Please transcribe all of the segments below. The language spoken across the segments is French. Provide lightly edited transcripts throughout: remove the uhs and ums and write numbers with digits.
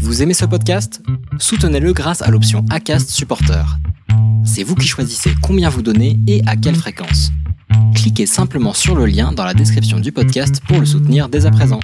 Vous aimez ce podcast ? Soutenez-le grâce à l'option Acast Supporter. C'est vous qui choisissez combien vous donnez et à quelle fréquence. Cliquez simplement sur le lien dans la description du podcast pour le soutenir dès à présent.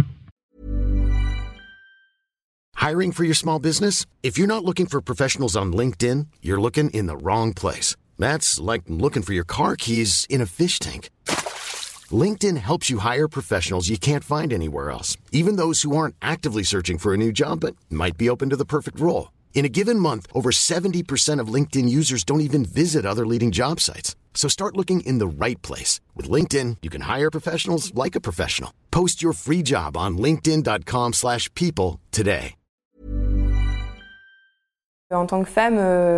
Hiring for your small business? If you're not looking for professionals on LinkedIn, you're looking in the wrong place. That's like looking for your car keys in a fish tank. LinkedIn helps you hire professionals you can't find anywhere else, even those who aren't actively searching for a new job but might be open to the perfect role. In a given month, over 70% of LinkedIn users don't even visit other leading job sites. So start looking in the right place. With LinkedIn, you can hire professionals like a professional. Post your free job on linkedin.com/people today. En tant que femme,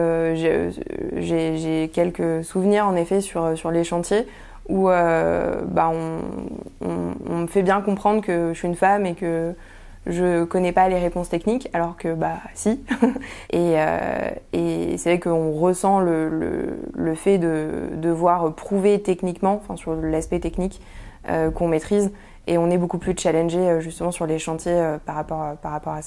j'ai quelques souvenirs en effet sur les chantiers où on me fait bien comprendre que je suis une femme et que je connais pas les réponses techniques, alors que si. et c'est vrai qu'on ressent le fait de devoir prouver techniquement, enfin sur l'aspect technique, qu'on maîtrise, et on est beaucoup plus challengé justement sur les chantiers par rapport à ça.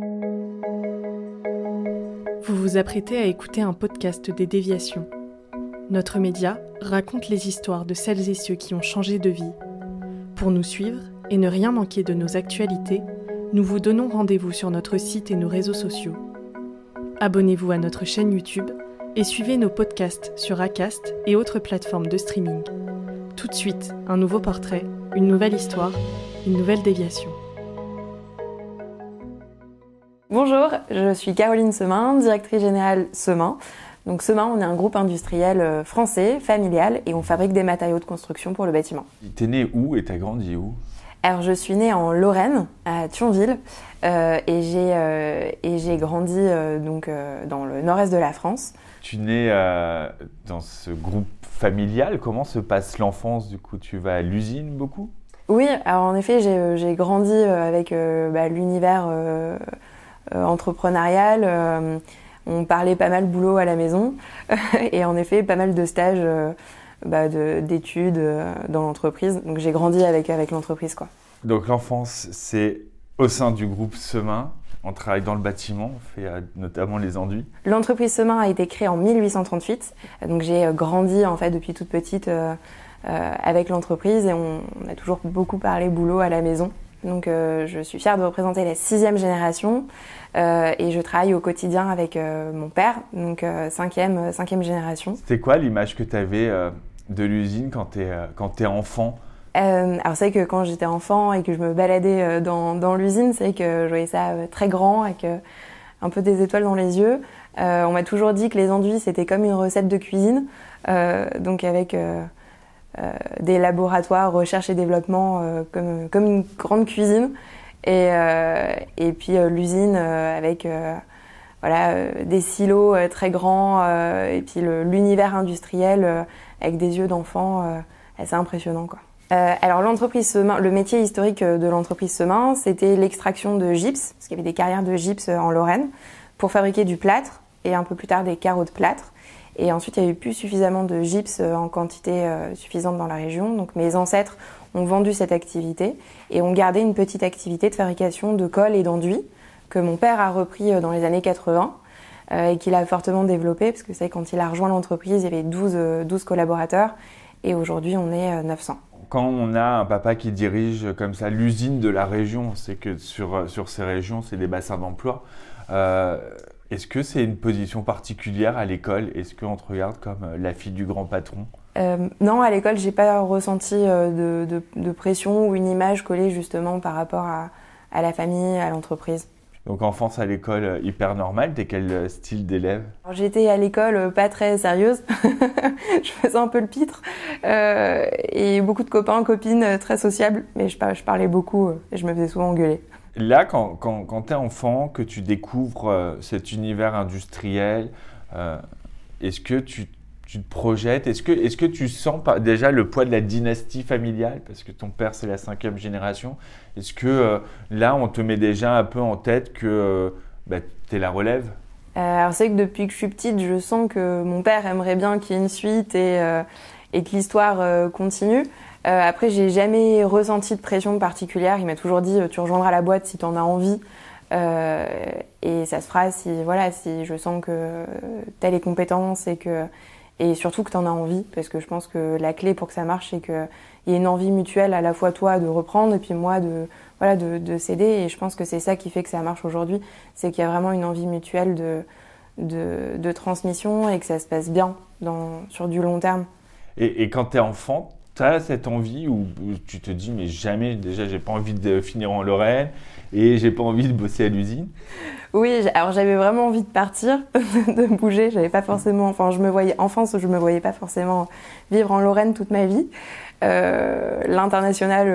Vous vous apprêtez à écouter un podcast des Déviations. Notre média raconte les histoires de celles et ceux qui ont changé de vie. Pour nous suivre et ne rien manquer de nos actualités, nous vous donnons rendez-vous sur notre site et nos réseaux sociaux. Abonnez-vous à notre chaîne YouTube et suivez nos podcasts sur Acast et autres plateformes de streaming. Tout de suite, un nouveau portrait, une nouvelle histoire, une nouvelle déviation. Bonjour, je suis Caroline Semin, directrice générale Semin. Donc Semin, on est un groupe industriel français, familial, et on fabrique des matériaux de construction pour le bâtiment. T'es née où et t'as grandi où ? Alors je suis née en Lorraine, à Thionville, et j'ai grandi dans le nord-est de la France. Tu nais dans ce groupe familial, comment se passe l'enfance du coup ? Tu vas à l'usine beaucoup ? Oui, alors en effet j'ai grandi avec l'univers entrepreneurial. On parlait pas mal boulot à la maison et en effet pas mal de stages d'études dans l'entreprise. Donc j'ai grandi avec l'entreprise, quoi. Donc l'enfance, c'est au sein du groupe Semin. On travaille dans le bâtiment, on fait notamment les enduits. L'entreprise Semin a été créée en 1838. Donc j'ai grandi en fait depuis toute petite avec l'entreprise et on a toujours beaucoup parlé boulot à la maison. Donc je suis fière de représenter la 6e génération et je travaille au quotidien avec mon père, donc 5e génération. C'était quoi l'image que tu avais de l'usine quand t'es enfant ? Alors c'est vrai que quand j'étais enfant et que je me baladais dans l'usine, c'est vrai que je voyais ça très grand avec un peu des étoiles dans les yeux. On m'a toujours dit que les enduits c'était comme une recette de cuisine, donc avec des laboratoires, recherche et développement comme une grande cuisine et puis l'usine avec des silos très grands et puis l'univers industriel avec des yeux d'enfant assez impressionnant, quoi. Alors l'entreprise Semin, le métier historique de l'entreprise Semin, c'était l'extraction de gypse, parce qu'il y avait des carrières de gypse en Lorraine, pour fabriquer du plâtre et un peu plus tard des carreaux de plâtre. Et ensuite, il n'y avait plus suffisamment de gypse en quantité suffisante dans la région. Donc mes ancêtres ont vendu cette activité et ont gardé une petite activité de fabrication de colle et d'enduit que mon père a repris dans les années 80 et qu'il a fortement développé, parce que c'est quand il a rejoint l'entreprise, il y avait 12 collaborateurs et aujourd'hui, on est 900. Quand on a un papa qui dirige comme ça l'usine de la région, c'est que sur ces régions, c'est des bassins d'emploi. Est-ce que c'est une position particulière à l'école ? Est-ce qu'on te regarde comme la fille du grand patron ? Non, à l'école, j'ai pas ressenti de pression ou une image collée justement par rapport à la famille, à l'entreprise. Donc enfance à l'école hyper normale, t'es quel style d'élève ? Alors, j'étais à l'école pas très sérieuse, je faisais un peu le pitre et beaucoup de copains, copines très sociables, mais je parlais beaucoup et je me faisais souvent engueuler. Là, quand t'es enfant, que tu découvres cet univers industriel, est-ce que tu te projettes ? Est-ce que tu sens déjà le poids de la dynastie familiale ? Parce que ton père, c'est la 5e génération. Est-ce que là, on te met déjà un peu en tête que t'es la relève ? Alors c'est vrai que depuis que je suis petite, je sens que mon père aimerait bien qu'il y ait une suite et que l'histoire continue. Après, j'ai jamais ressenti de pression particulière. Il m'a toujours dit « tu rejoindras la boîte si tu en as envie ». Et ça se fera si je sens que tu as les compétences et surtout que tu en as envie, parce que je pense que la clé pour que ça marche, c'est qu'il y ait une envie mutuelle, à la fois toi de reprendre et puis moi de céder. Et je pense que c'est ça qui fait que ça marche aujourd'hui, c'est qu'il y a vraiment une envie mutuelle de transmission et que ça se passe bien sur du long terme. Et quand tu es enfant, tu as cette envie où tu te dis mais jamais, déjà j'ai pas envie de finir en Lorraine et j'ai pas envie de bosser à l'usine? Oui, alors j'avais vraiment envie de partir, de bouger. J'avais pas forcément, je me voyais pas forcément vivre en Lorraine toute ma vie. L'international,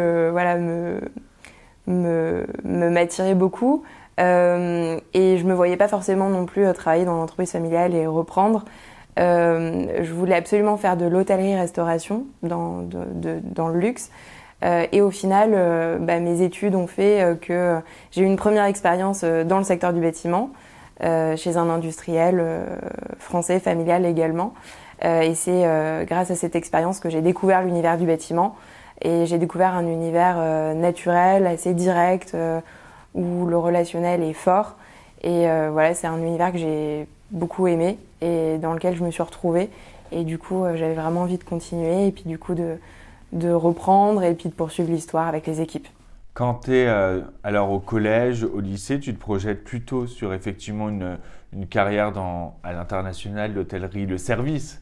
m'attirait beaucoup. Et je me voyais pas forcément non plus travailler dans l'entreprise familiale et reprendre. Je voulais absolument faire de l'hôtellerie-restauration dans le luxe. Et au final, mes études ont fait que j'ai eu une première expérience dans le secteur du bâtiment, chez un industriel français, familial également. Et c'est grâce à cette expérience que j'ai découvert l'univers du bâtiment. Et j'ai découvert un univers naturel, assez direct, où le relationnel est fort. Et c'est un univers que j'ai beaucoup aimé et dans lequel je me suis retrouvée. Et du coup, j'avais vraiment envie de continuer et puis du coup de reprendre et puis de poursuivre l'histoire avec les équipes. Quand tu es alors au collège, au lycée, tu te projettes plutôt sur effectivement une carrière à l'international, l'hôtellerie, le service.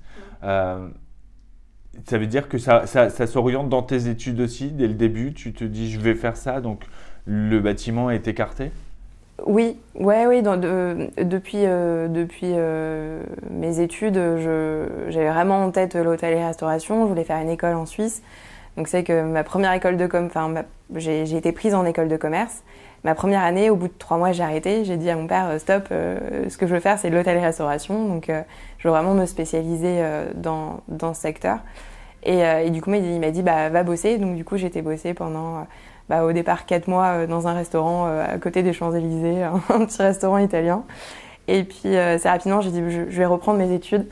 Ça veut dire que ça s'oriente dans tes études aussi, dès le début, tu te dis je vais faire ça, donc le bâtiment est écarté? Oui. Depuis mes études, j'avais vraiment en tête l'hôtellerie-restauration. Je voulais faire une école en Suisse. Donc c'est que ma première école de j'ai été prise en école de commerce. Ma première année, au bout de 3 mois, j'ai arrêté. J'ai dit à mon père stop. Ce que je veux faire, c'est l'hôtellerie-restauration. Donc je veux vraiment me spécialiser dans ce secteur. Et du coup, il m'a dit va bosser. Donc du coup, j'ai été bosser pendant au départ 4 mois dans un restaurant à côté des Champs-Élysées, un petit restaurant italien. Et puis assez rapidement, j'ai dit je vais reprendre mes études.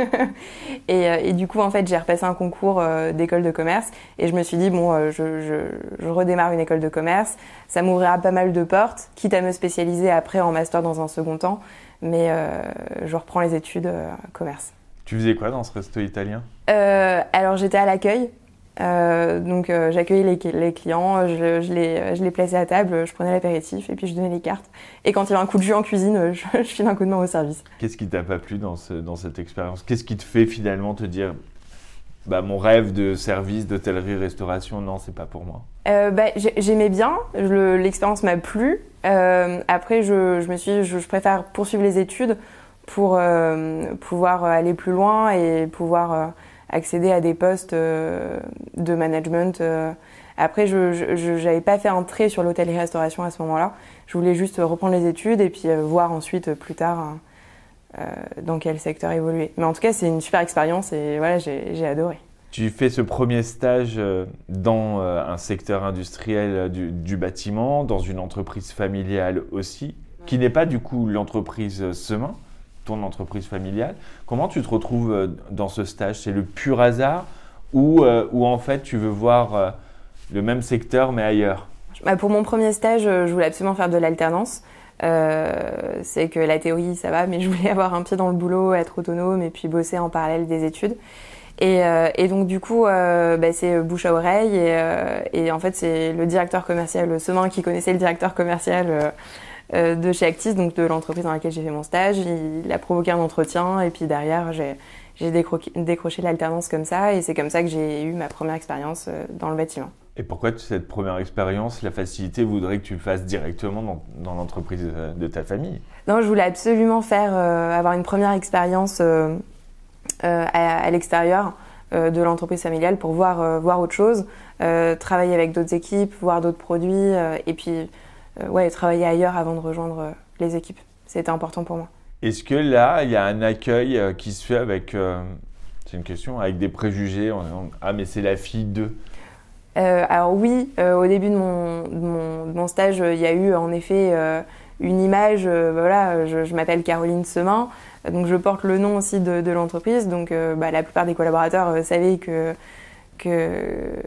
et du coup, en fait, j'ai repassé un concours d'école de commerce et je me suis dit je redémarre une école de commerce. Ça m'ouvrira pas mal de portes, quitte à me spécialiser après en master dans un second temps. Mais je reprends les études commerce. Tu faisais quoi dans ce resto italien? Alors j'étais à l'accueil. Donc j'accueillais les clients, je les plaçais à table, je prenais l'apéritif et puis je donnais les cartes. Et quand il y avait un coup de jus en cuisine, je file un coup de main au service. Qu'est-ce qui t'a pas plu dans cette expérience? Qu'est-ce qui te fait finalement te dire mon rêve de service, d'hôtellerie-restauration, non, c'est pas pour moi? J'aimais bien, l'expérience m'a plu. Après, je me suis dit, je préfère poursuivre les études pour pouvoir aller plus loin et pouvoir accéder à des postes de management. Après, je n'avais pas fait un trait sur l'hôtellerie-restauration à ce moment-là. Je voulais juste reprendre les études et puis voir ensuite plus tard dans quel secteur évoluer. Mais en tout cas, c'est une super expérience et voilà, j'ai adoré. Tu fais ce premier stage dans un secteur industriel du bâtiment, dans une entreprise familiale aussi, qui n'est pas du coup l'entreprise Semin, ton entreprise familiale. Comment tu te retrouves dans ce stage? C'est le pur hasard ou en fait tu veux voir le même secteur mais ailleurs? Pour mon premier stage, je voulais absolument faire de l'alternance. C'est que la théorie ça va, mais je voulais avoir un pied dans le boulot, être autonome et puis bosser en parallèle des études. Et donc du coup c'est bouche à oreille et en fait c'est le directeur commercial Semin qui connaissait le directeur commercial de chez Actis, donc de l'entreprise dans laquelle j'ai fait mon stage. Il a provoqué un entretien et puis derrière j'ai décroché l'alternance comme ça et c'est comme ça que j'ai eu ma première expérience dans le bâtiment. Et pourquoi cette première expérience, la facilité voudrait que tu le fasses directement dans l'entreprise de ta famille? Non, je voulais absolument avoir une première expérience à l'extérieur de l'entreprise familiale pour voir autre chose, travailler avec d'autres équipes, voir d'autres produits et puis travailler ailleurs avant de rejoindre les équipes. C'était important pour moi. Est-ce que là, il y a un accueil qui se fait avec, c'est une question, avec des préjugés en disant « Ah, mais c'est la fille de ». Alors oui, au début de mon stage, il y a eu en effet une image, je m'appelle Caroline Semin, donc je porte le nom aussi de l'entreprise, donc la plupart des collaborateurs savaient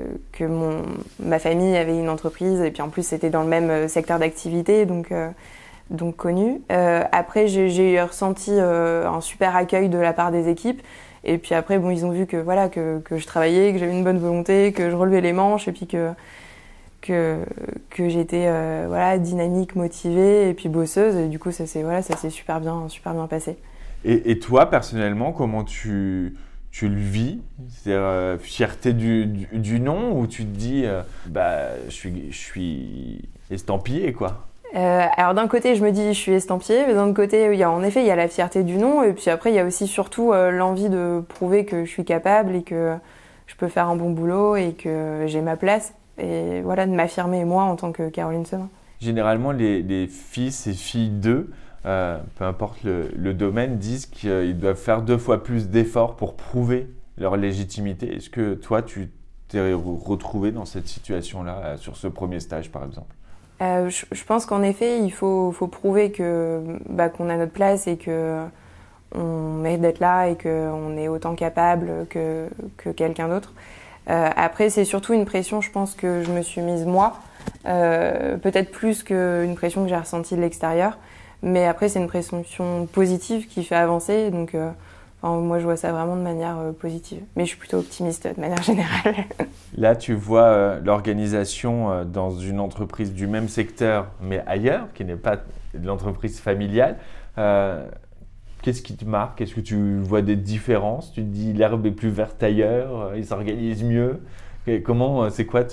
que ma famille avait une entreprise et puis en plus c'était dans le même secteur d'activité, donc donc connu. Après, j'ai ressenti un super accueil de la part des équipes. Et puis après, bon, ils ont vu que je travaillais, que j'avais une bonne volonté, que je relevais les manches, et puis que j'étais dynamique, motivée, et puis bosseuse. Et du coup, ça s'est super bien passé. Et toi, personnellement, comment tu le vis? C'est-à-dire fierté du nom, ou tu te dis je suis estampillé, quoi? Alors d'un côté, je me dis je suis estampillée, mais d'un autre côté, il y a la fierté du nom, et puis après, il y a aussi surtout l'envie de prouver que je suis capable et que je peux faire un bon boulot et que j'ai ma place, et voilà, de m'affirmer moi en tant que Caroline Semin. Généralement, les fils et filles d'eux, peu importe le domaine, disent qu'ils doivent faire 2 fois plus d'efforts pour prouver leur légitimité. Est-ce que toi, tu t'es retrouvé dans cette situation-là, sur ce premier stage, par exemple? Je pense qu'en effet, il faut prouver qu'on a notre place et qu'on mérite d'être là et qu'on est autant capable que quelqu'un d'autre. Après, c'est surtout une pression, je pense, que je me suis mise moi, peut-être plus qu'une pression que j'ai ressentie de l'extérieur. Mais après, c'est une pression positive qui fait avancer, donc moi, je vois ça vraiment de manière positive. Mais je suis plutôt optimiste de manière générale. Là, tu vois l'organisation dans une entreprise du même secteur, mais ailleurs, qui n'est pas l'entreprise familiale. Qu'est-ce qui te marque? Est-ce que tu vois des différences? Tu te dis l'herbe est plus verte ailleurs, ils s'organisent mieux. Comment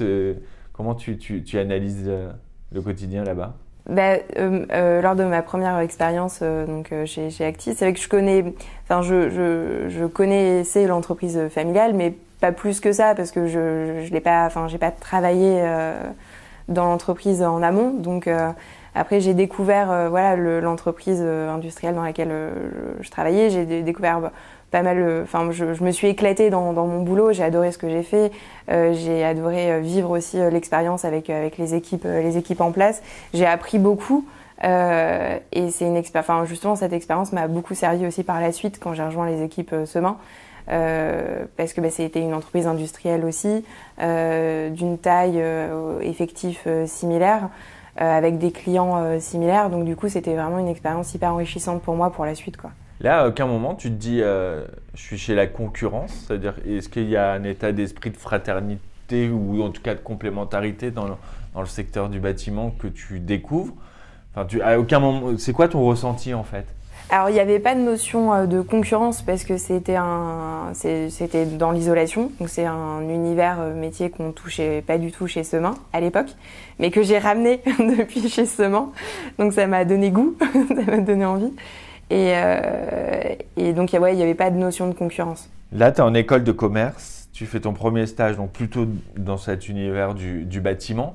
tu analyses le quotidien là-bas? Lors de ma première expérience chez Actis, c'est vrai que je connaissais l'entreprise familiale, mais pas plus que ça, parce que j'ai pas travaillé dans l'entreprise en amont. Donc après, j'ai découvert l'entreprise industrielle dans laquelle je travaillais. J'ai découvert pas mal. Je me suis éclatée dans mon boulot. J'ai adoré ce que j'ai fait. J'ai adoré vivre aussi l'expérience avec les équipes en place. J'ai appris beaucoup. Et c'est justement, cette expérience m'a beaucoup servi aussi par la suite quand j'ai rejoint les équipes Semin. Parce que c'était une entreprise industrielle aussi, d'une taille effectif similaire, avec des clients similaires. Donc du coup, c'était vraiment une expérience hyper enrichissante pour moi pour la suite, quoi. Là, à aucun moment, tu te dis je suis chez la concurrence, c'est-à-dire est-ce qu'il y a un état d'esprit de fraternité ou en tout cas de complémentarité dans le secteur du bâtiment que tu découvres? À aucun moment, c'est quoi ton ressenti en fait? Alors, il n'y avait pas de notion de concurrence parce que c'était dans l'isolation. Donc, c'est un univers métier qu'on touchait pas du tout chez Semin à l'époque, mais que j'ai ramené depuis chez Semin. Donc, ça m'a donné goût, ça m'a donné envie. Et donc, il n'y avait pas de notion de concurrence. Là, tu es en école de commerce, tu fais ton premier stage, donc plutôt dans cet univers du bâtiment.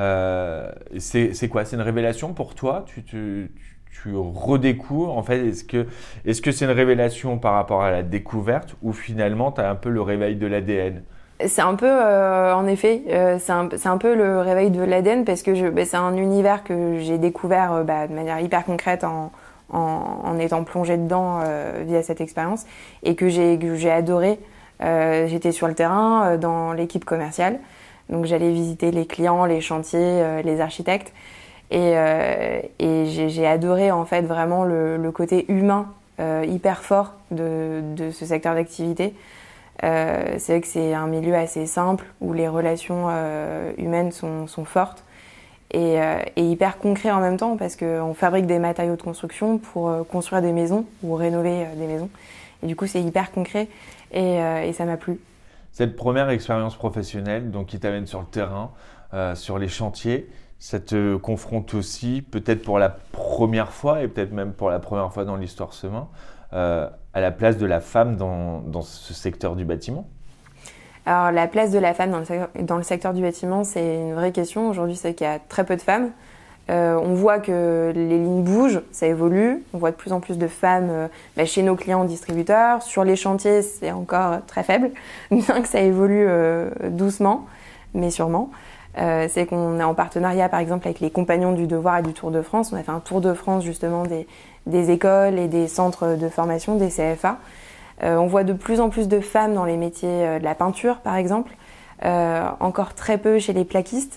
C'est quoi? C'est une révélation pour toi? Tu redécouvres, en fait, est-ce que c'est une révélation par rapport à la découverte ou finalement tu as un peu le réveil de l'ADN? C'est un peu, en effet, c'est un peu le réveil de l'ADN parce que c'est un univers que j'ai découvert de manière hyper concrète en étant plongée dedans via cette expérience et que j'ai adoré. J'étais sur le terrain, dans l'équipe commerciale, donc j'allais visiter les clients, les chantiers, les architectes. Et j'ai adoré en fait vraiment le côté humain hyper fort de ce secteur d'activité. C'est vrai que c'est un milieu assez simple où les relations humaines sont fortes et hyper concret en même temps parce qu'on fabrique des matériaux de construction pour construire des maisons ou rénover des maisons. Et du coup, c'est hyper concret et ça m'a plu. Cette première expérience professionnelle donc, qui t'amène sur le terrain, sur les chantiers, ça te confronte aussi, peut-être pour la première fois et peut-être même pour la première fois dans l'histoire Semin, à la place de la femme dans ce secteur du bâtiment? Alors, la place de la femme dans le secteur du bâtiment, c'est une vraie question. Aujourd'hui, c'est qu'il y a très peu de femmes. On voit que les lignes bougent, ça évolue. On voit de plus en plus de femmes chez nos clients distributeurs. Sur les chantiers, c'est encore très faible, bien que ça évolue doucement, mais sûrement. C'est qu'on est en partenariat par exemple avec les Compagnons du Devoir et du Tour de France. On a fait un tour de France justement des écoles et des centres de formation, des CFA. On voit de plus en plus de femmes dans les métiers de la peinture par exemple, encore très peu chez les plaquistes.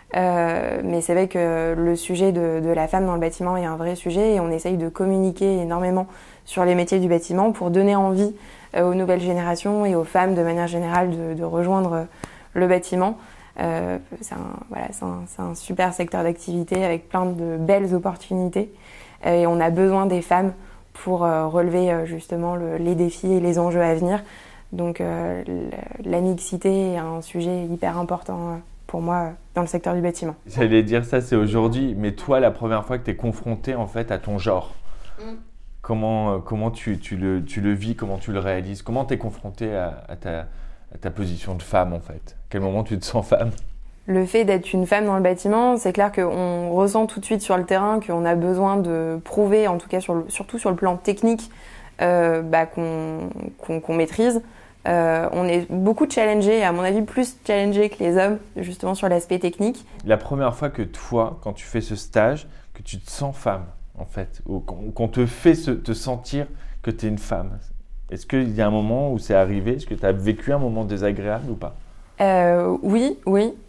Mais c'est vrai que le sujet de la femme dans le bâtiment est un vrai sujet et on essaye de communiquer énormément sur les métiers du bâtiment pour donner envie aux nouvelles générations et aux femmes de manière générale de rejoindre le bâtiment. C'est un super secteur d'activité avec plein de belles opportunités et on a besoin des femmes pour relever justement les défis et les enjeux à venir. Donc la mixité est un sujet hyper important pour moi dans le secteur du bâtiment. J'allais dire ça, c'est aujourd'hui, mais toi, la première fois que tu es confrontée en fait à ton genre, comment tu le vis, comment tu le réalises, comment tu es confrontée à ta position de femme en fait? À quel moment tu te sens femme? Le fait d'être une femme dans le bâtiment, c'est clair qu'on ressent tout de suite sur le terrain qu'on a besoin de prouver, en tout cas surtout sur le plan technique, qu'on maîtrise. On est beaucoup challengés, à mon avis plus challengés que les hommes, justement sur l'aspect technique. La première fois que toi, quand tu fais ce stage, que tu te sens femme, en fait, ou qu'on te fait te sentir que tu es une femme, est-ce qu'il y a un moment où c'est arrivé? Est-ce que tu as vécu un moment désagréable ou pas? Oui.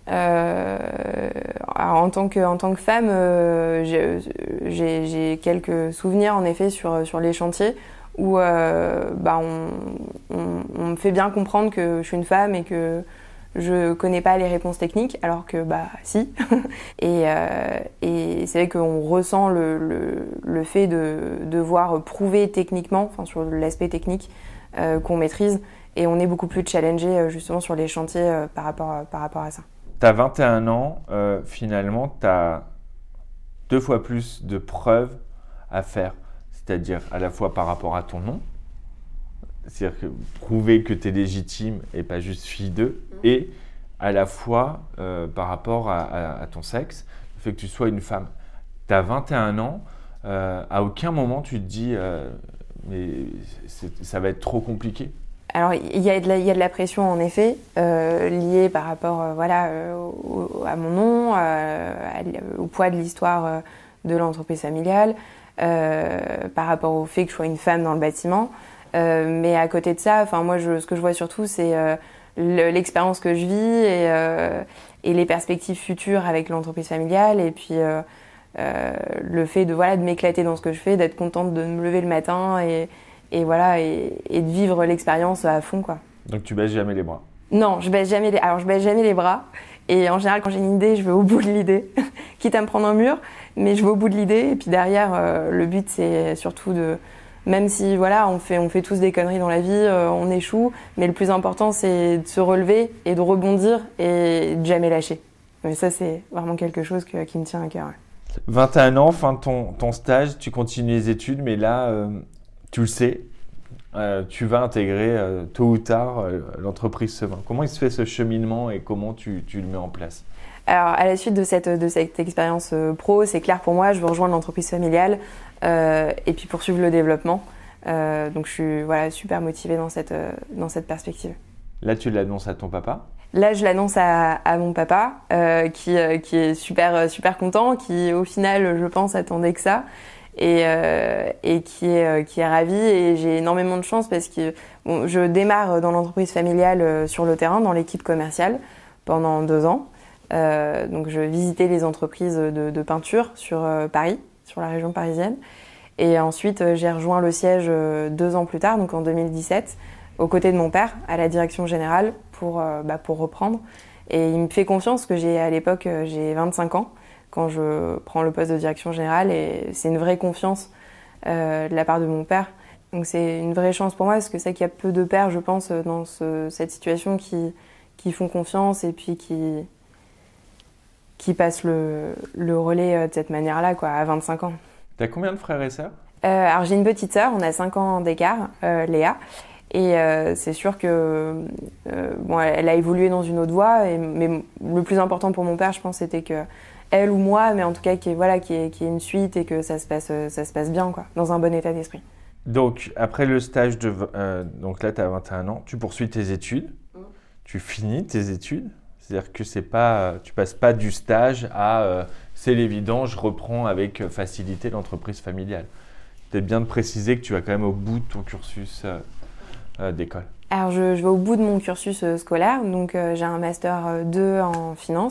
Alors, en tant que femme, j'ai quelques souvenirs en effet sur les chantiers où on me fait bien comprendre que je suis une femme et que je connais pas les réponses techniques, alors que si. et c'est vrai qu'on ressent le fait de devoir prouver techniquement, enfin sur l'aspect technique, qu'on maîtrise. Et on est beaucoup plus challengé justement sur les chantiers par rapport à ça. Tu as 21 ans, finalement, tu as 2 fois plus de preuves à faire. C'est-à-dire à la fois par rapport à ton nom, c'est-à-dire que prouver que tu es légitime et pas juste fille d'eux, et à la fois par rapport à ton sexe, le fait que tu sois une femme. Tu as 21 ans, à aucun moment tu te dis mais ça va être trop compliqué. Alors il y a de la pression en effet, liée par rapport à mon nom, au poids de l'histoire de l'entreprise familiale, par rapport au fait que je sois une femme dans le bâtiment. Mais à côté de ça, moi ce que je vois surtout c'est l'expérience que je vis et les perspectives futures avec l'entreprise familiale et puis le fait de m'éclater dans ce que je fais, d'être contente de me lever le matin et de vivre l'expérience à fond, quoi. Donc tu baisses jamais les bras? Non, je baisse jamais les bras. Et en général, quand j'ai une idée, je vais au bout de l'idée. Quitte à me prendre un mur, mais je vais au bout de l'idée. Et puis derrière, le but, c'est surtout même si on fait tous des conneries dans la vie, on échoue. Mais le plus important, c'est de se relever et de rebondir et de jamais lâcher. Mais ça, c'est vraiment quelque chose qui me tient à cœur. Ouais. 21 ans, fin de ton stage, tu continues les études, mais là... tu le sais, tu vas intégrer tôt ou tard l'entreprise Semin. Comment il se fait ce cheminement et comment tu le mets en place? Alors, à la suite de cette expérience pro, c'est clair pour moi, je veux rejoindre l'entreprise familiale et puis poursuivre le développement. Donc, je suis super motivée dans cette perspective. Là, tu l'annonces à ton papa? Là, je l'annonce à mon papa, qui est super content, qui au final, je pense, attendait que ça. Et qui est ravi et j'ai énormément de chance parce que je démarre dans l'entreprise familiale sur le terrain, dans l'équipe commerciale pendant 2 ans. Donc je visitais les entreprises de peinture sur Paris, sur la région parisienne. Et ensuite j'ai rejoint le siège 2 ans plus tard, donc en 2017, aux côtés de mon père à la direction générale pour reprendre. Et il me fait confiance parce que à l'époque j'ai 25 ans. Quand je prends le poste de direction générale et c'est une vraie confiance de la part de mon père. Donc c'est une vraie chance pour moi parce que c'est qu'il y a peu de pères, je pense, dans cette situation qui font confiance et puis qui passent le relais de cette manière-là, quoi, à 25 ans. T'as combien de frères et sœurs? Alors j'ai une petite sœur, on a 5 ans d'écart, Léa. Et c'est sûr que elle a évolué dans une autre voie, mais le plus important pour mon père, je pense, c'était que elle ou moi, mais en tout cas qu'il y ait une suite et que ça se passe bien, quoi, dans un bon état d'esprit. Donc après le stage donc là tu as 21 ans, tu poursuis tes études, tu finis tes études, c'est-à-dire que tu passes pas du stage à c'est l'évident, je reprends avec facilité l'entreprise familiale. Peut-être bien de préciser que tu vas quand même au bout de ton cursus d'école. Alors je vais au bout de mon cursus scolaire, donc j'ai un master 2 en finance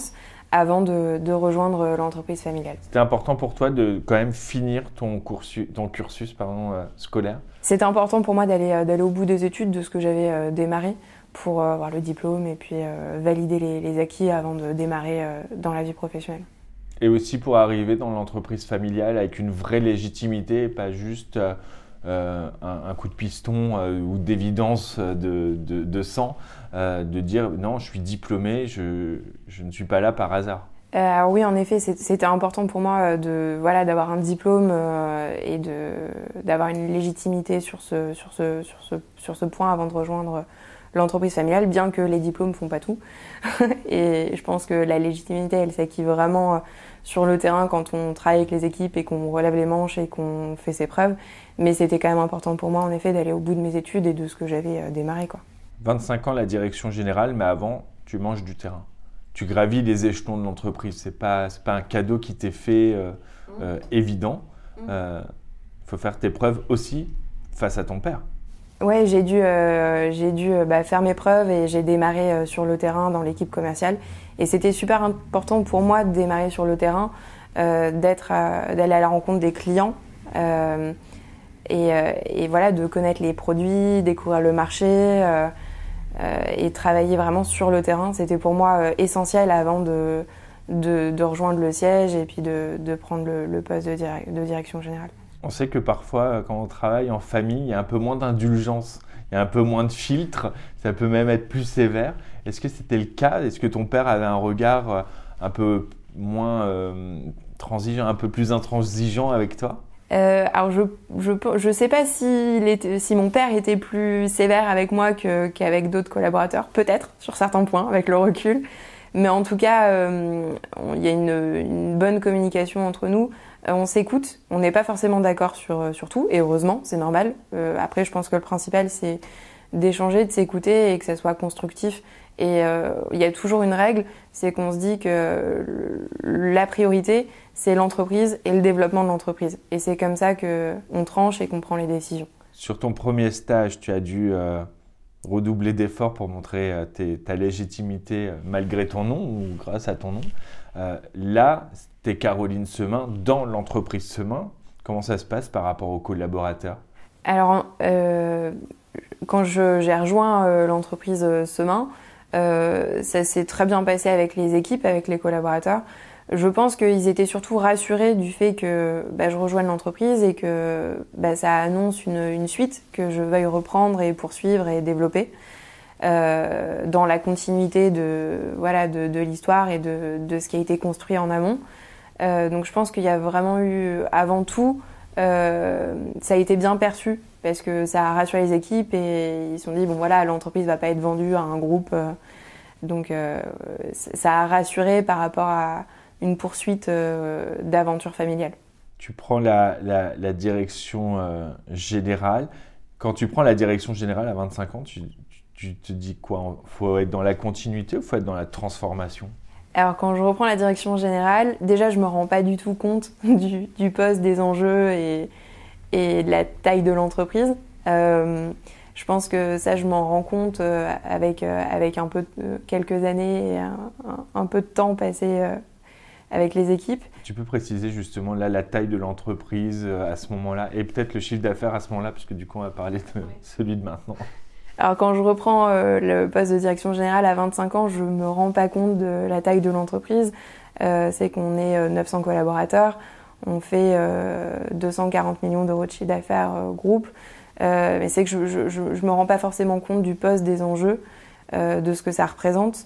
avant de rejoindre l'entreprise familiale. C'était important pour toi de quand même finir ton cursus scolaire? C'était important pour moi d'aller au bout des études, de ce que j'avais démarré, pour avoir le diplôme et puis valider les acquis avant de démarrer dans la vie professionnelle. Et aussi pour arriver dans l'entreprise familiale avec une vraie légitimité et pas juste un coup de piston ou d'évidence de sang, de dire non, je suis diplômé, je ne suis pas là par hasard. Alors oui, en effet, c'était important pour moi d'avoir un diplôme et d'avoir une légitimité sur ce point avant de rejoindre l'entreprise familiale, bien que les diplômes font pas tout. Et je pense que la légitimité, elle s'acquiert vraiment sur le terrain quand on travaille avec les équipes et qu'on relève les manches et qu'on fait ses preuves. Mais c'était quand même important pour moi, en effet, d'aller au bout de mes études et de ce que j'avais démarré, quoi. 25 ans, la direction générale, mais avant, tu manges du terrain. Tu gravis les échelons de l'entreprise. C'est pas un cadeau qui t'est fait évident. Faut faire tes preuves aussi face à ton père. Ouais, j'ai dû faire mes preuves et j'ai démarré sur le terrain dans l'équipe commerciale. Et c'était super important pour moi de démarrer sur le terrain, d'aller à la rencontre des clients et voilà, de connaître les produits, découvrir le marché et travailler vraiment sur le terrain. C'était pour moi essentiel avant de rejoindre le siège et puis de prendre le poste de direction générale. On sait que parfois, quand on travaille en famille, il y a un peu moins d'indulgence, il y a un peu moins de filtres, ça peut même être plus sévère. Est-ce que c'était le cas? Est-ce que ton père avait un regard un peu moins transigeant, un peu plus intransigeant avec toi? Alors je sais pas si mon père était plus sévère avec moi qu'avec d'autres collaborateurs, peut-être sur certains points avec le recul, mais en tout cas il y a une bonne communication entre nous. On s'écoute, on n'est pas forcément d'accord sur tout, et heureusement, c'est normal. Après, je pense que le principal, c'est d'échanger, de s'écouter et que ça soit constructif. Et il y a toujours une règle, c'est qu'on se dit que la priorité, c'est l'entreprise et le développement de l'entreprise. Et c'est comme ça qu'on tranche et qu'on prend les décisions. Sur ton premier stage, tu as dû redoubler d'efforts pour montrer ta légitimité malgré ton nom ou grâce à ton nom. Là, t'es Caroline Semin dans l'entreprise Semin. Comment ça se passe par rapport aux collaborateurs? Alors, quand j'ai rejoint l'entreprise Semin, ça s'est très bien passé avec les équipes, avec les collaborateurs. Je pense qu'ils étaient surtout rassurés du fait que je rejoigne l'entreprise et que ça annonce une suite que je veuille reprendre et poursuivre et développer dans la continuité de l'histoire et de ce qui a été construit en amont. Donc je pense qu'il y a vraiment eu, avant tout, ça a été bien perçu parce que ça a rassuré les équipes et ils se sont dit l'entreprise va pas être vendue à un groupe. Donc ça a rassuré par rapport à une poursuite d'aventure familiale. Tu prends la direction générale. Quand tu prends la direction générale à 25 ans, tu te dis quoi? Il faut être dans la continuité ou il faut être dans la transformation? Alors quand je reprends la direction générale, déjà je me rends pas du tout compte du poste, des enjeux et de la taille de l'entreprise. Je pense que ça je m'en rends compte avec un peu quelques années et un peu de temps passé avec les équipes. Tu peux préciser justement là la taille de l'entreprise à ce moment-là et peut-être le chiffre d'affaires à ce moment-là, puisque du coup on va parler de celui de maintenant. Alors quand je reprends le poste de direction générale à 25 ans, je me rends pas compte de la taille de l'entreprise. C'est qu'on est 900 collaborateurs, on fait 240 millions d'euros de chiffre d'affaires groupe. Mais c'est que je me rends pas forcément compte du poste, des enjeux, de ce que ça représente.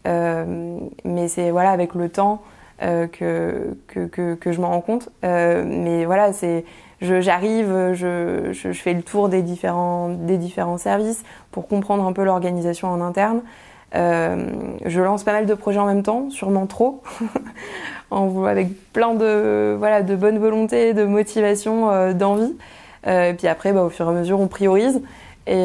Mais c'est avec le temps que je m'en rends compte. Mais voilà, j'arrive, je fais le tour des différents services pour comprendre un peu l'organisation en interne. Je lance pas mal de projets en même temps, sûrement trop, avec plein de bonne volonté, de motivation, d'envie. Et puis après, au fur et à mesure, on priorise et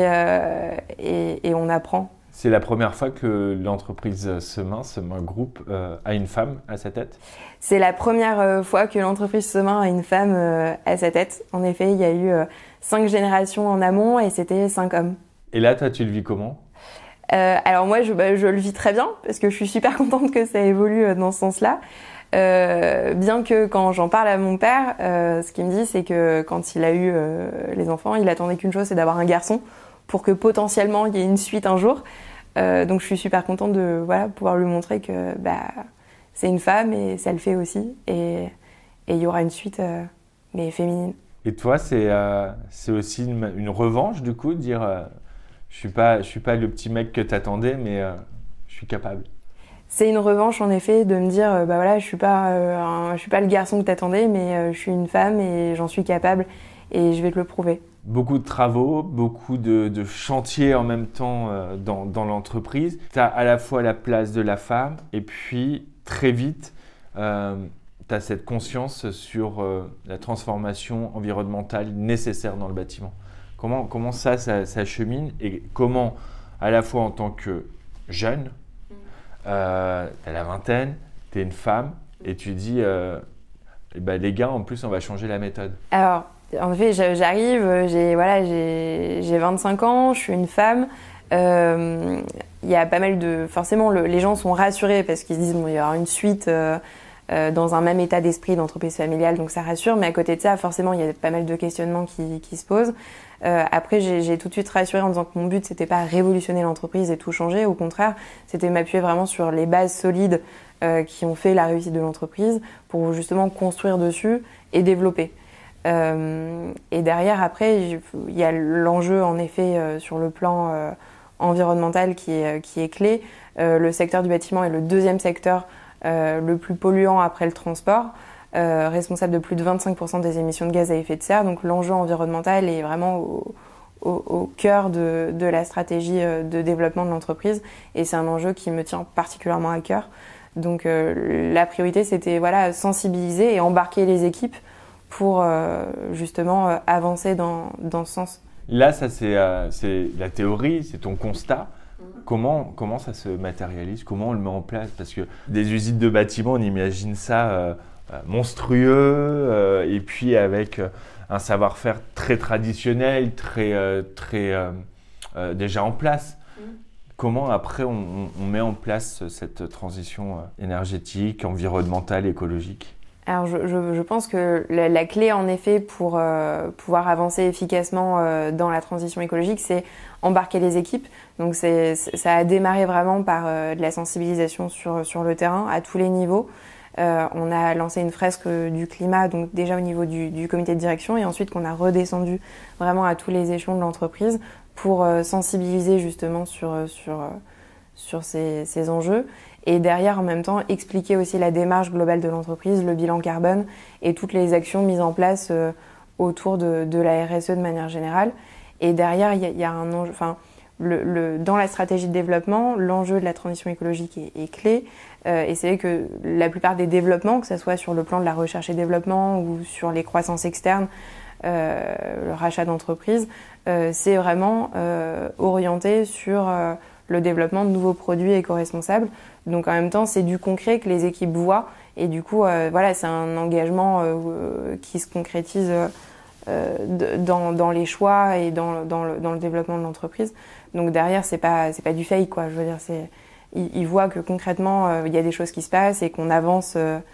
on apprend. C'est la première fois que l'entreprise Semin Group, a une femme à sa tête? C'est la première fois que l'entreprise Semin a une femme à sa tête. En effet, il y a eu 5 générations en amont et c'était 5 hommes. Et là, toi, tu le vis comment? Alors moi, je le vis très bien parce que je suis super contente que ça évolue dans ce sens-là. Bien que quand j'en parle à mon père, ce qu'il me dit, c'est que quand il a eu les enfants, il attendait qu'une chose, c'est d'avoir un garçon pour que potentiellement il y ait une suite un jour. Donc je suis super contente de pouvoir lui montrer que c'est une femme et ça le fait aussi. Et il y aura une suite, mais féminine. Et toi, c'est aussi une revanche du coup, de dire je suis pas le petit mec que t'attendais, mais je suis capable. C'est une revanche en effet de me dire je suis pas le garçon que t'attendais, mais je suis une femme et j'en suis capable et je vais te le prouver. Beaucoup de travaux, beaucoup de chantiers en même temps dans l'entreprise. Tu as à la fois la place de la femme et puis très vite tu as cette conscience sur la transformation environnementale nécessaire dans le bâtiment. Comment ça chemine et comment à la fois en tant que jeune, t'as la vingtaine, t'es une femme et tu dis les gars en plus on va changer la méthode. Alors en effet j'arrive, j'ai 25 ans, je suis une femme, il y a pas mal de... Forcément les gens sont rassurés parce qu'ils se disent il y aura une suite dans un même état d'esprit d'entreprise familiale, donc ça rassure, mais à côté de ça forcément il y a pas mal de questionnements qui se posent. Après j'ai tout de suite rassuré en disant que mon but c'était pas révolutionner l'entreprise et tout changer, au contraire c'était m'appuyer vraiment sur les bases solides qui ont fait la réussite de l'entreprise pour justement construire dessus et développer. Et derrière après il y a l'enjeu en effet sur le plan environnemental qui est clé. Le secteur du bâtiment est le deuxième secteur le plus polluant après le transport, responsable de plus de 25% des émissions de gaz à effet de serre. Donc l'enjeu environnemental est vraiment au cœur de la stratégie de développement de l'entreprise et c'est un enjeu qui me tient particulièrement à cœur. Donc la priorité c'était sensibiliser et embarquer les équipes pour justement avancer dans ce sens. Là ça c'est la théorie, c'est ton constat. Comment ça se matérialise? Comment on le met en place? Parce que des usines de bâtiments, on imagine ça monstrueux et puis avec un savoir-faire très traditionnel, très déjà en place. Comment après on met en place cette transition énergétique, environnementale, écologique? Alors je pense que la clé en effet pour pouvoir avancer efficacement dans la transition écologique, c'est embarquer les équipes. Donc ça a démarré vraiment par de la sensibilisation sur le terrain à tous les niveaux. On a lancé une fresque du climat, donc déjà au niveau du comité de direction, et ensuite qu'on a redescendu vraiment à tous les échelons de l'entreprise pour sensibiliser justement sur ces enjeux. Et derrière, en même temps, expliquer aussi la démarche globale de l'entreprise, le bilan carbone et toutes les actions mises en place autour de la RSE de manière générale. Et derrière, il y a un enjeu, dans la stratégie de développement, l'enjeu de la transition écologique est clé. Et c'est vrai que la plupart des développements, que ce soit sur le plan de la recherche et développement ou sur les croissances externes, le rachat d'entreprises, c'est vraiment orienté sur le développement de nouveaux produits éco-responsables. Donc en même temps, c'est du concret que les équipes voient. Et du coup, c'est un engagement qui se concrétise dans les choix et dans le développement de l'entreprise. Donc derrière, c'est pas du fake, quoi. Je veux dire, ils voient que concrètement, il y a des choses qui se passent et qu'on avance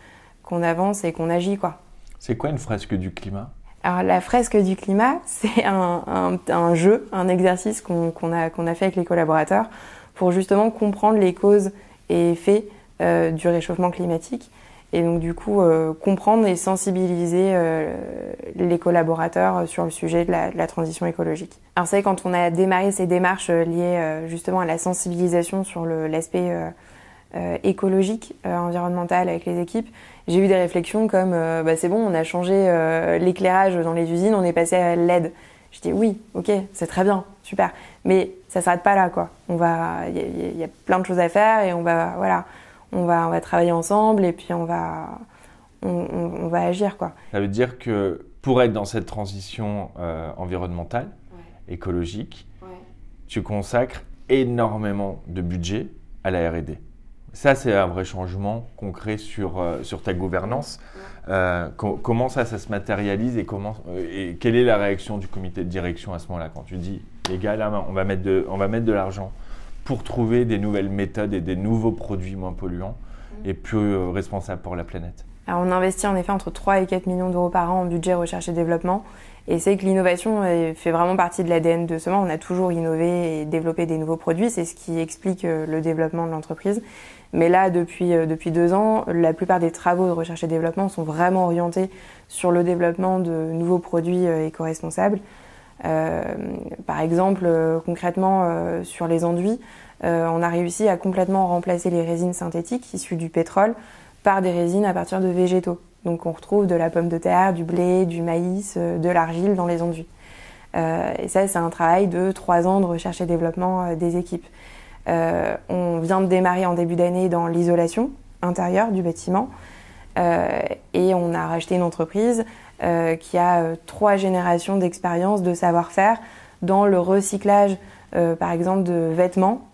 et qu'on agit, quoi. C'est quoi une fresque du climat? Alors la fresque du climat, c'est un jeu, un exercice qu'on a fait avec les collaborateurs pour justement comprendre les causes et effets du réchauffement climatique. Et donc du coup, comprendre et sensibiliser les collaborateurs sur le sujet de la transition écologique. Alors c'est vrai, quand on a démarré ces démarches liées justement à la sensibilisation sur l'aspect écologique, environnemental avec les équipes, j'ai eu des réflexions comme c'est bon, on a changé l'éclairage dans les usines, on est passé à LED. Je dis oui, ok, c'est très bien, super, mais ça s'arrête pas là, quoi. Il y a plein de choses à faire et on va travailler ensemble et puis on va agir, quoi. Ça veut dire que pour être dans cette transition environnementale, écologique, tu consacres énormément de budget à la R&D. Ça, c'est un vrai changement concret sur ta gouvernance. Comment ça se matérialise et quelle est la réaction du comité de direction à ce moment-là quand tu dis les gars, là, on va mettre de l'argent pour trouver des nouvelles méthodes et des nouveaux produits moins polluants et plus responsables pour la planète? Alors, on investit en effet entre 3 et 4 millions d'euros par an en budget recherche et développement. Et c'est que l'innovation fait vraiment partie de l'ADN de Semain. On a toujours innové et développé des nouveaux produits. C'est ce qui explique le développement de l'entreprise. Mais là, depuis 2 ans, la plupart des travaux de recherche et développement sont vraiment orientés sur le développement de nouveaux produits éco-responsables. Par exemple, concrètement, sur les enduits, on a réussi à complètement remplacer les résines synthétiques issues du pétrole par des résines à partir de végétaux. Donc on retrouve de la pomme de terre, du blé, du maïs, de l'argile dans les enduits. Et ça, c'est un travail de 3 ans de recherche et développement des équipes. On vient de démarrer en début d'année dans l'isolation intérieure du bâtiment. Et on a racheté une entreprise qui a 3 générations d'expérience, de savoir-faire dans le recyclage, par exemple, de vêtements,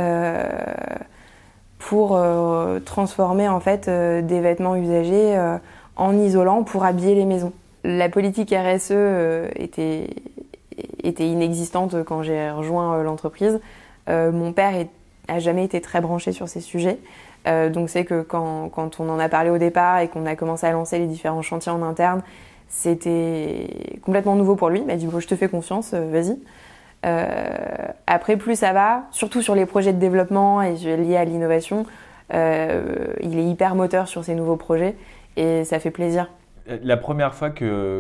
pour transformer en fait des vêtements usagés en isolant pour habiller les maisons. La politique RSE était inexistante quand j'ai rejoint l'entreprise. Mon père a jamais été très branché sur ces sujets. Donc c'est que quand on en a parlé au départ et qu'on a commencé à lancer les différents chantiers en interne, c'était complètement nouveau pour lui. Il m'a dit bon, je te fais confiance, vas-y. Après, plus ça va, surtout sur les projets de développement et liés à l'innovation, il est hyper moteur sur ces nouveaux projets et ça fait plaisir. La première fois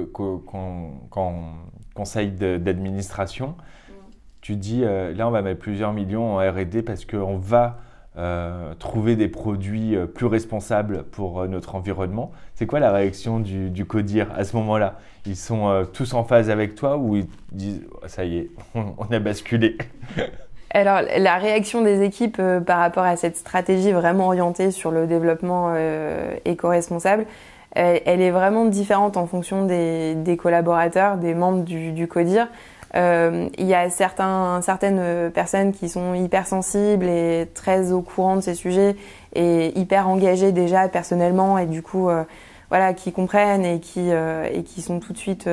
qu'en conseil d'administration, tu dis là on va mettre plusieurs millions en R&D parce qu'on va trouver des produits plus responsables pour notre environnement. C'est quoi la réaction du CODIR à ce moment-là? Ils sont tous en phase avec toi ou ils disent ça y est, on a basculé? Alors la réaction des équipes par rapport à cette stratégie vraiment orientée sur le développement éco-responsable, elle est vraiment différente en fonction des collaborateurs, des membres du CODIR. Il y a certaines personnes qui sont hyper sensibles et très au courant de ces sujets et hyper engagées déjà personnellement et du coup qui comprennent et qui sont tout de suite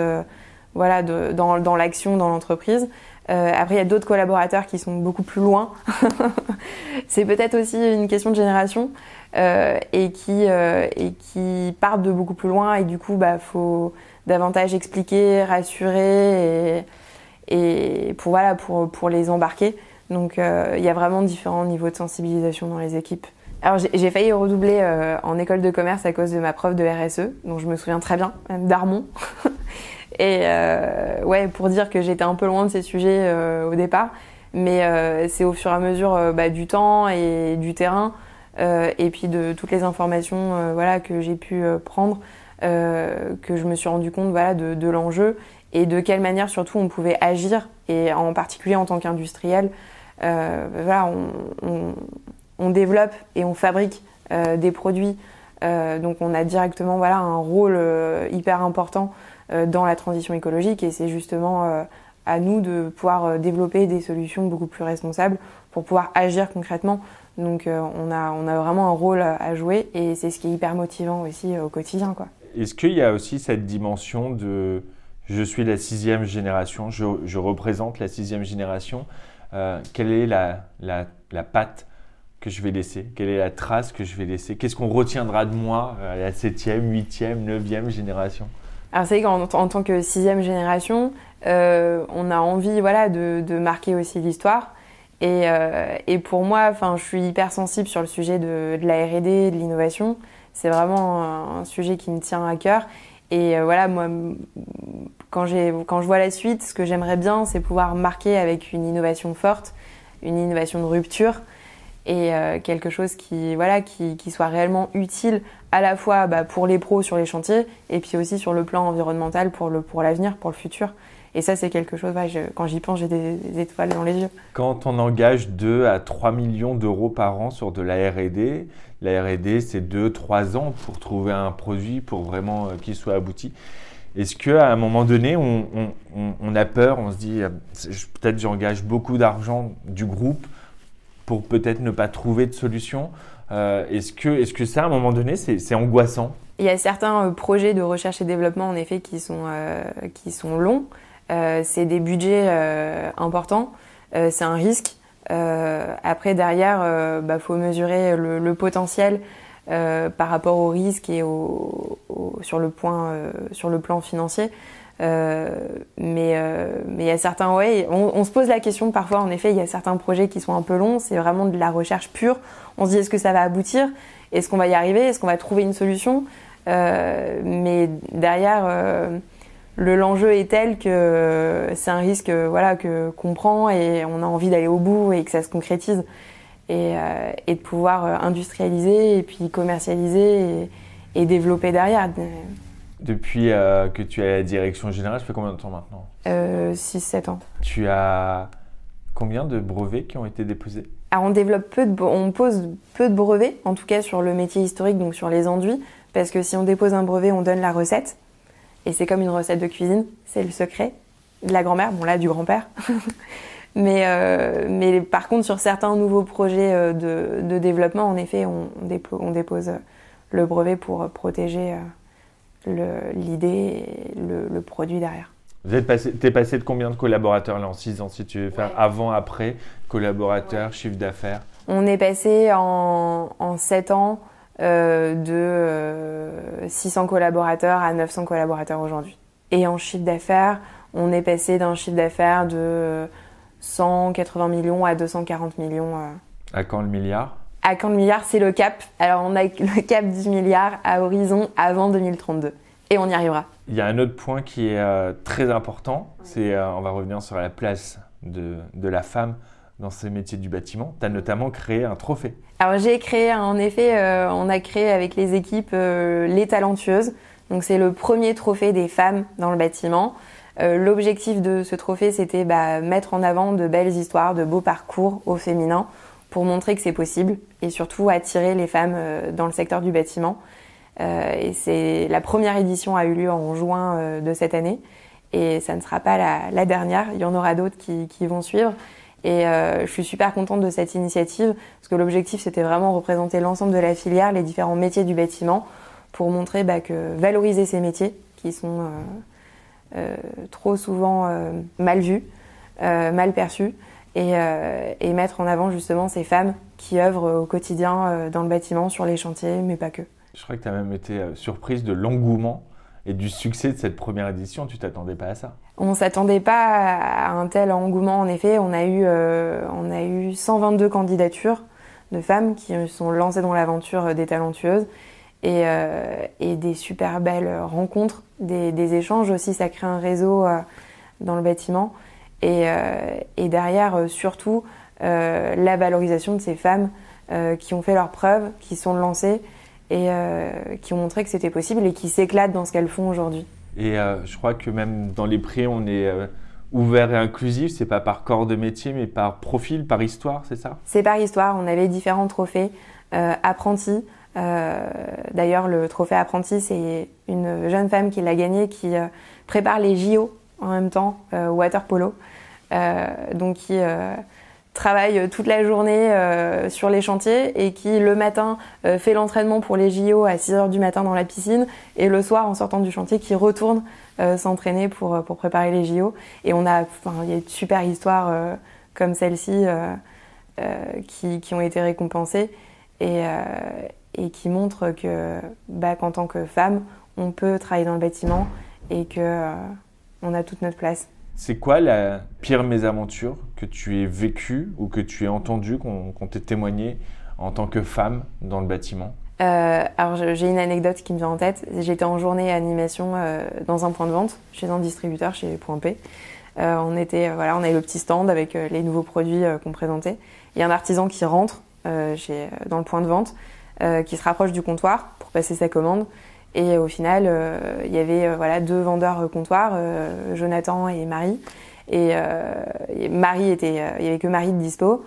dans l'action dans l'entreprise. Après il y a d'autres collaborateurs qui sont beaucoup plus loin. C'est peut-être aussi une question de génération et qui partent de beaucoup plus loin et du coup faut davantage expliquer, rassurer et pour les embarquer. Donc il y a vraiment différents niveaux de sensibilisation dans les équipes. Alors j'ai failli redoubler en école de commerce à cause de ma prof de RSE, dont je me souviens très bien, même d'Armon. Et pour dire que j'étais un peu loin de ces sujets au départ, mais c'est au fur et à mesure du temps et du terrain et puis de toutes les informations que j'ai pu prendre que je me suis rendu compte de l'enjeu et de quelle manière surtout on pouvait agir et en particulier en tant qu'industriel on développe et on fabrique des produits donc on a directement un rôle hyper important dans la transition écologique et c'est justement à nous de pouvoir développer des solutions beaucoup plus responsables pour pouvoir agir concrètement. Donc on a vraiment un rôle à jouer et c'est ce qui est hyper motivant aussi au quotidien, quoi. Est-ce qu'il y a aussi cette dimension de je suis la 6e génération, je représente la 6e génération, quelle est la patte que je vais laisser? Quelle est la trace que je vais laisser? Qu'est-ce qu'on retiendra de moi à la 7e, 8e, 9e génération? Alors c'est vrai qu'en tant que 6e génération, on a envie de marquer aussi l'histoire. Et pour moi, je suis hyper sensible sur le sujet de la R&D, de l'innovation. C'est vraiment un sujet qui me tient à cœur. Et moi, quand je vois la suite, ce que j'aimerais bien, c'est pouvoir marquer avec une innovation forte, une innovation de rupture et quelque chose qui soit réellement utile à la fois pour les pros sur les chantiers et puis aussi sur le plan environnemental pour l'avenir, pour le futur. Et ça, c'est quelque chose, quand j'y pense, j'ai des étoiles dans les yeux. Quand on engage 2 à 3 millions d'euros par an sur de la R&D, c'est 2-3 ans pour trouver un produit pour vraiment qu'il soit abouti. Est-ce qu'à un moment donné, on a peur, on se dit peut-être j'engage beaucoup d'argent du groupe pour peut-être ne pas trouver de solution? Est-ce que ça, à un moment donné, c'est angoissant? Il y a certains projets de recherche et développement, en effet, qui sont longs. C'est des budgets importants. C'est un risque. Après, derrière, faut mesurer le potentiel par rapport au risque et sur le plan financier. Mais il y a certains, on se pose la question parfois, en effet, il y a certains projets qui sont un peu longs, c'est vraiment de la recherche pure. On se dit, est-ce que ça va aboutir ? Est-ce qu'on va y arriver ? Est-ce qu'on va trouver une solution ? Mais derrière, l'enjeu est tel que c'est un risque qu'on prend et on a envie d'aller au bout et que ça se concrétise. Et de pouvoir industrialiser et puis commercialiser et développer derrière. Depuis que tu es à la direction générale, ça fait combien de temps maintenant ? 6-7 ans. Tu as combien de brevets qui ont été déposés ? Alors on pose peu de brevets, en tout cas sur le métier historique, donc sur les enduits, parce que si on dépose un brevet, on donne la recette. Et c'est comme une recette de cuisine, c'est le secret de la grand-mère, bon là du grand-père. mais par contre, sur certains nouveaux projets de développement, en effet, on dépose le brevet pour protéger l'idée et le produit derrière. T'es passé de combien de collaborateurs là en 6 ans, si tu veux faire avant, après, collaborateurs, chiffre d'affaires ? On est passé en 7 ans de 600 collaborateurs à 900 collaborateurs aujourd'hui. Et en chiffre d'affaires, on est passé d'un chiffre d'affaires de 180 millions à 240 millions. À quand le milliard ? À quand le milliard, c'est le cap. Alors on a le cap du milliard à horizon avant 2032. Et on y arrivera. Il y a un autre point qui est très important, c'est on va revenir sur la place de la femme dans ces métiers du bâtiment. Tu as notamment créé un trophée. Alors j'ai créé, en effet, on a créé avec les équipes les Talentueuses. Donc c'est le premier trophée des femmes dans le bâtiment. L'objectif de ce trophée, c'était mettre en avant de belles histoires, de beaux parcours au féminin pour montrer que c'est possible et surtout attirer les femmes dans le secteur du bâtiment. Et la première édition a eu lieu en juin de cette année et ça ne sera pas la dernière, il y en aura d'autres qui vont suivre et je suis super contente de cette initiative parce que l'objectif c'était vraiment représenter l'ensemble de la filière, les différents métiers du bâtiment pour montrer que valoriser ces métiers qui sont trop souvent mal vus, mal perçus et mettre en avant justement ces femmes qui œuvrent au quotidien dans le bâtiment, sur les chantiers, mais pas que. Je crois que tu as même été surprise de l'engouement et du succès de cette première édition. Tu ne t'attendais pas à ça ? On ne s'attendait pas à un tel engouement. En effet, on a eu 122 candidatures de femmes qui sont lancées dans l'aventure des Talentueuses et des super belles rencontres, des échanges aussi. Ça crée un réseau dans le bâtiment. Et derrière, surtout, la valorisation de ces femmes qui ont fait leurs preuves, qui sont lancées et qui ont montré que c'était possible et qui s'éclatent dans ce qu'elles font aujourd'hui. Et je crois que même dans les prix, on est ouvert et inclusif. C'est pas par corps de métier, mais par profil, par histoire, c'est ça ? C'est par histoire. On avait différents trophées. Apprenti. D'ailleurs, le trophée apprenti, c'est une jeune femme qui l'a gagné, qui prépare les JO en même temps, water polo. Donc qui travaille toute la journée sur les chantiers et qui le matin fait l'entraînement pour les JO à 6h du matin dans la piscine et le soir en sortant du chantier qui retourne s'entraîner pour préparer les JO. Et il y a une super histoire comme celle-ci qui ont été récompensées et qui montrent que qu'en tant que femme, on peut travailler dans le bâtiment et qu'on a toute notre place. C'est quoi la pire mésaventure que tu aies vécue ou que tu aies entendue, qu'on t'ait témoigné en tant que femme dans le bâtiment ? Alors j'ai une anecdote qui me vient en tête. J'étais en journée animation dans un point de vente, chez un distributeur, chez Point P. On avait le petit stand avec les nouveaux produits qu'on présentait. Il y a un artisan qui rentre dans le point de vente, qui se rapproche du comptoir pour passer sa commande. Et au final, il y avait 2 vendeurs comptoirs, Jonathan et Marie. Et Marie il y avait que Marie de dispo.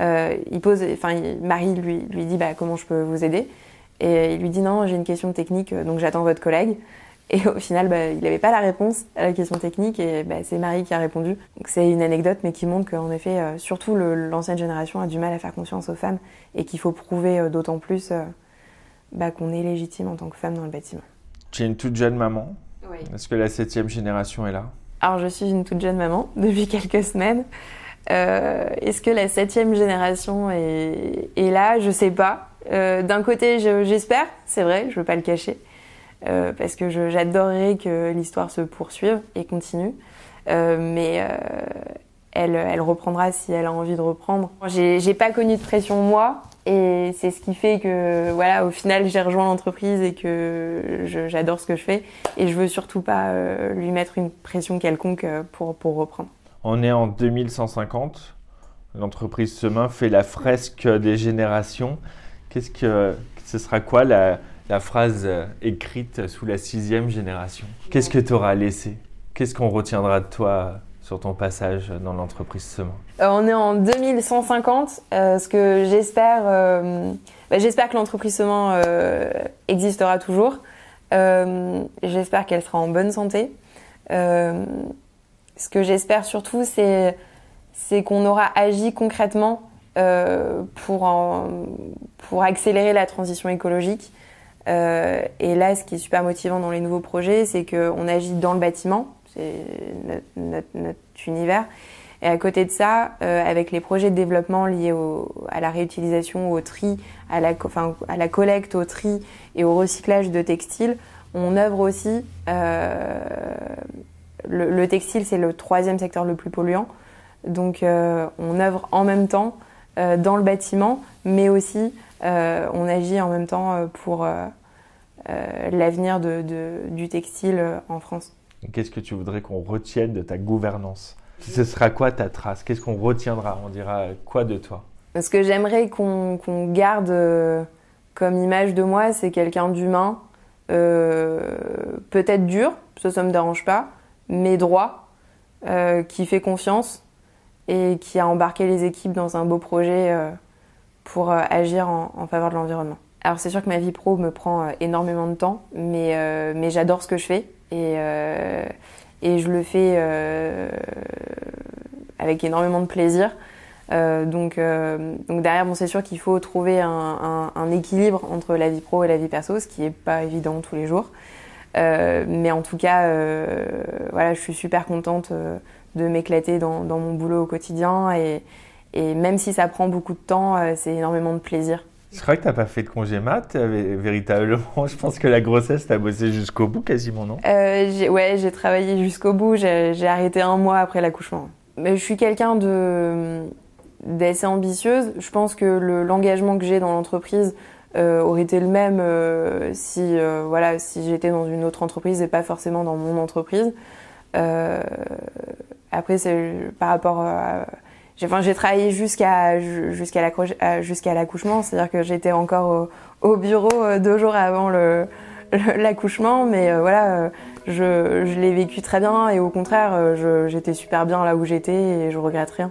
Marie lui dit comment je peux vous aider. Et il lui dit non, j'ai une question technique, donc j'attends votre collègue. Et au final, il n'avait pas la réponse à la question technique et c'est Marie qui a répondu. Donc c'est une anecdote, mais qui montre qu'en effet, surtout l'ancienne génération a du mal à faire confiance aux femmes et qu'il faut prouver d'autant plus qu'on est légitime en tant que femme dans le bâtiment. Tu es une toute jeune maman. Oui. Est-ce que la 7e génération est là ? Alors je suis une toute jeune maman depuis quelques semaines. Est-ce que la 7e génération est là? Je sais pas. D'un côté, j'espère, c'est vrai, je veux pas le cacher, parce que j'adorerais que l'histoire se poursuive et continue. Mais elle reprendra si elle a envie de reprendre. J'ai pas connu de pression moi, et c'est ce qui fait que voilà, au final j'ai rejoint l'entreprise et que j'adore ce que je fais, et je veux surtout pas lui mettre une pression quelconque pour reprendre. On est en 2150, l'entreprise Semin fait la fresque des générations. Ce sera quoi la phrase écrite sous la 6e génération? Qu'est-ce que tu auras laissé? Qu'est-ce qu'on retiendra de toi sur ton passage dans l'entreprise Semin? On est en 2150. Ce que j'espère, j'espère que l'entreprise Semin existera toujours. J'espère qu'elle sera en bonne santé. Ce que j'espère surtout, c'est qu'on aura agi concrètement pour accélérer la transition écologique. Et là, ce qui est super motivant dans les nouveaux projets, c'est qu'on agit dans le bâtiment, c'est notre univers. Et à côté de ça, avec les projets de développement liés à la réutilisation, au tri, à la collecte, au tri et au recyclage de textiles, on œuvre aussi. Le textile, c'est le 3e secteur le plus polluant. Donc, on œuvre en même temps dans le bâtiment, mais aussi on agit en même temps pour l'avenir du textile en France. Qu'est-ce que tu voudrais qu'on retienne de ta gouvernance? Ce sera quoi ta trace? Qu'est-ce qu'on retiendra? On dira quoi de toi? Ce que j'aimerais qu'on garde comme image de moi, c'est quelqu'un d'humain, peut-être dur, ça me dérange pas, mais droit, qui fait confiance et qui a embarqué les équipes dans un beau projet pour agir en faveur de l'environnement. Alors c'est sûr que ma vie pro me prend énormément de temps, mais j'adore ce que je fais et je le fais avec énormément de plaisir. Donc derrière, c'est sûr qu'il faut trouver un équilibre entre la vie pro et la vie perso, ce qui n'est pas évident tous les jours. Mais en tout cas, je suis super contente de m'éclater dans mon boulot au quotidien et même si ça prend beaucoup de temps, c'est énormément de plaisir. Je crois que tu n'as pas fait de congé mat, véritablement. Je pense que la grossesse, tu as bossé jusqu'au bout quasiment, non? J'ai travaillé jusqu'au bout. J'ai arrêté 1 mois après l'accouchement. Mais je suis quelqu'un d'assez ambitieuse. Je pense que l'engagement que j'ai dans l'entreprise aurait été le même si j'étais dans une autre entreprise et pas forcément dans mon entreprise. Après, c'est par rapport à... J'ai travaillé jusqu'à l'accouchement, c'est-à-dire que j'étais encore au bureau 2 jours avant l'accouchement, mais je l'ai vécu très bien et au contraire, j'étais super bien là où j'étais et je regrette rien.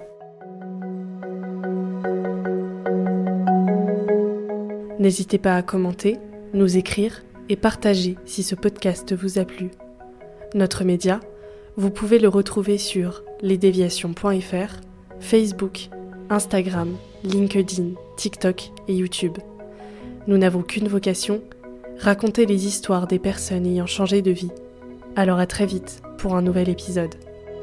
N'hésitez pas à commenter, nous écrire et partager si ce podcast vous a plu. Notre média, vous pouvez le retrouver sur lesdéviations.fr, Facebook, Instagram, LinkedIn, TikTok et YouTube. Nous n'avons qu'une vocation, raconter les histoires des personnes ayant changé de vie. Alors à très vite pour un nouvel épisode.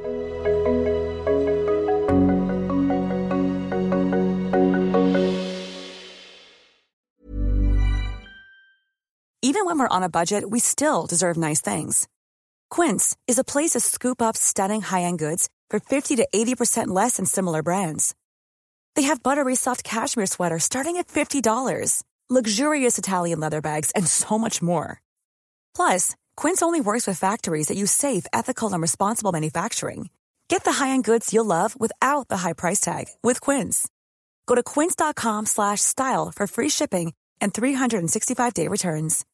Even when we're on a budget, we still deserve nice things. Quince is a place to scoop up stunning high-end goods for 50 to 80% less than similar brands. They have buttery soft cashmere sweaters starting at $50, luxurious Italian leather bags, and so much more. Plus, Quince only works with factories that use safe, ethical, and responsible manufacturing. Get the high-end goods you'll love without the high price tag with Quince. Go to quince.com/style for free shipping and 365-day returns.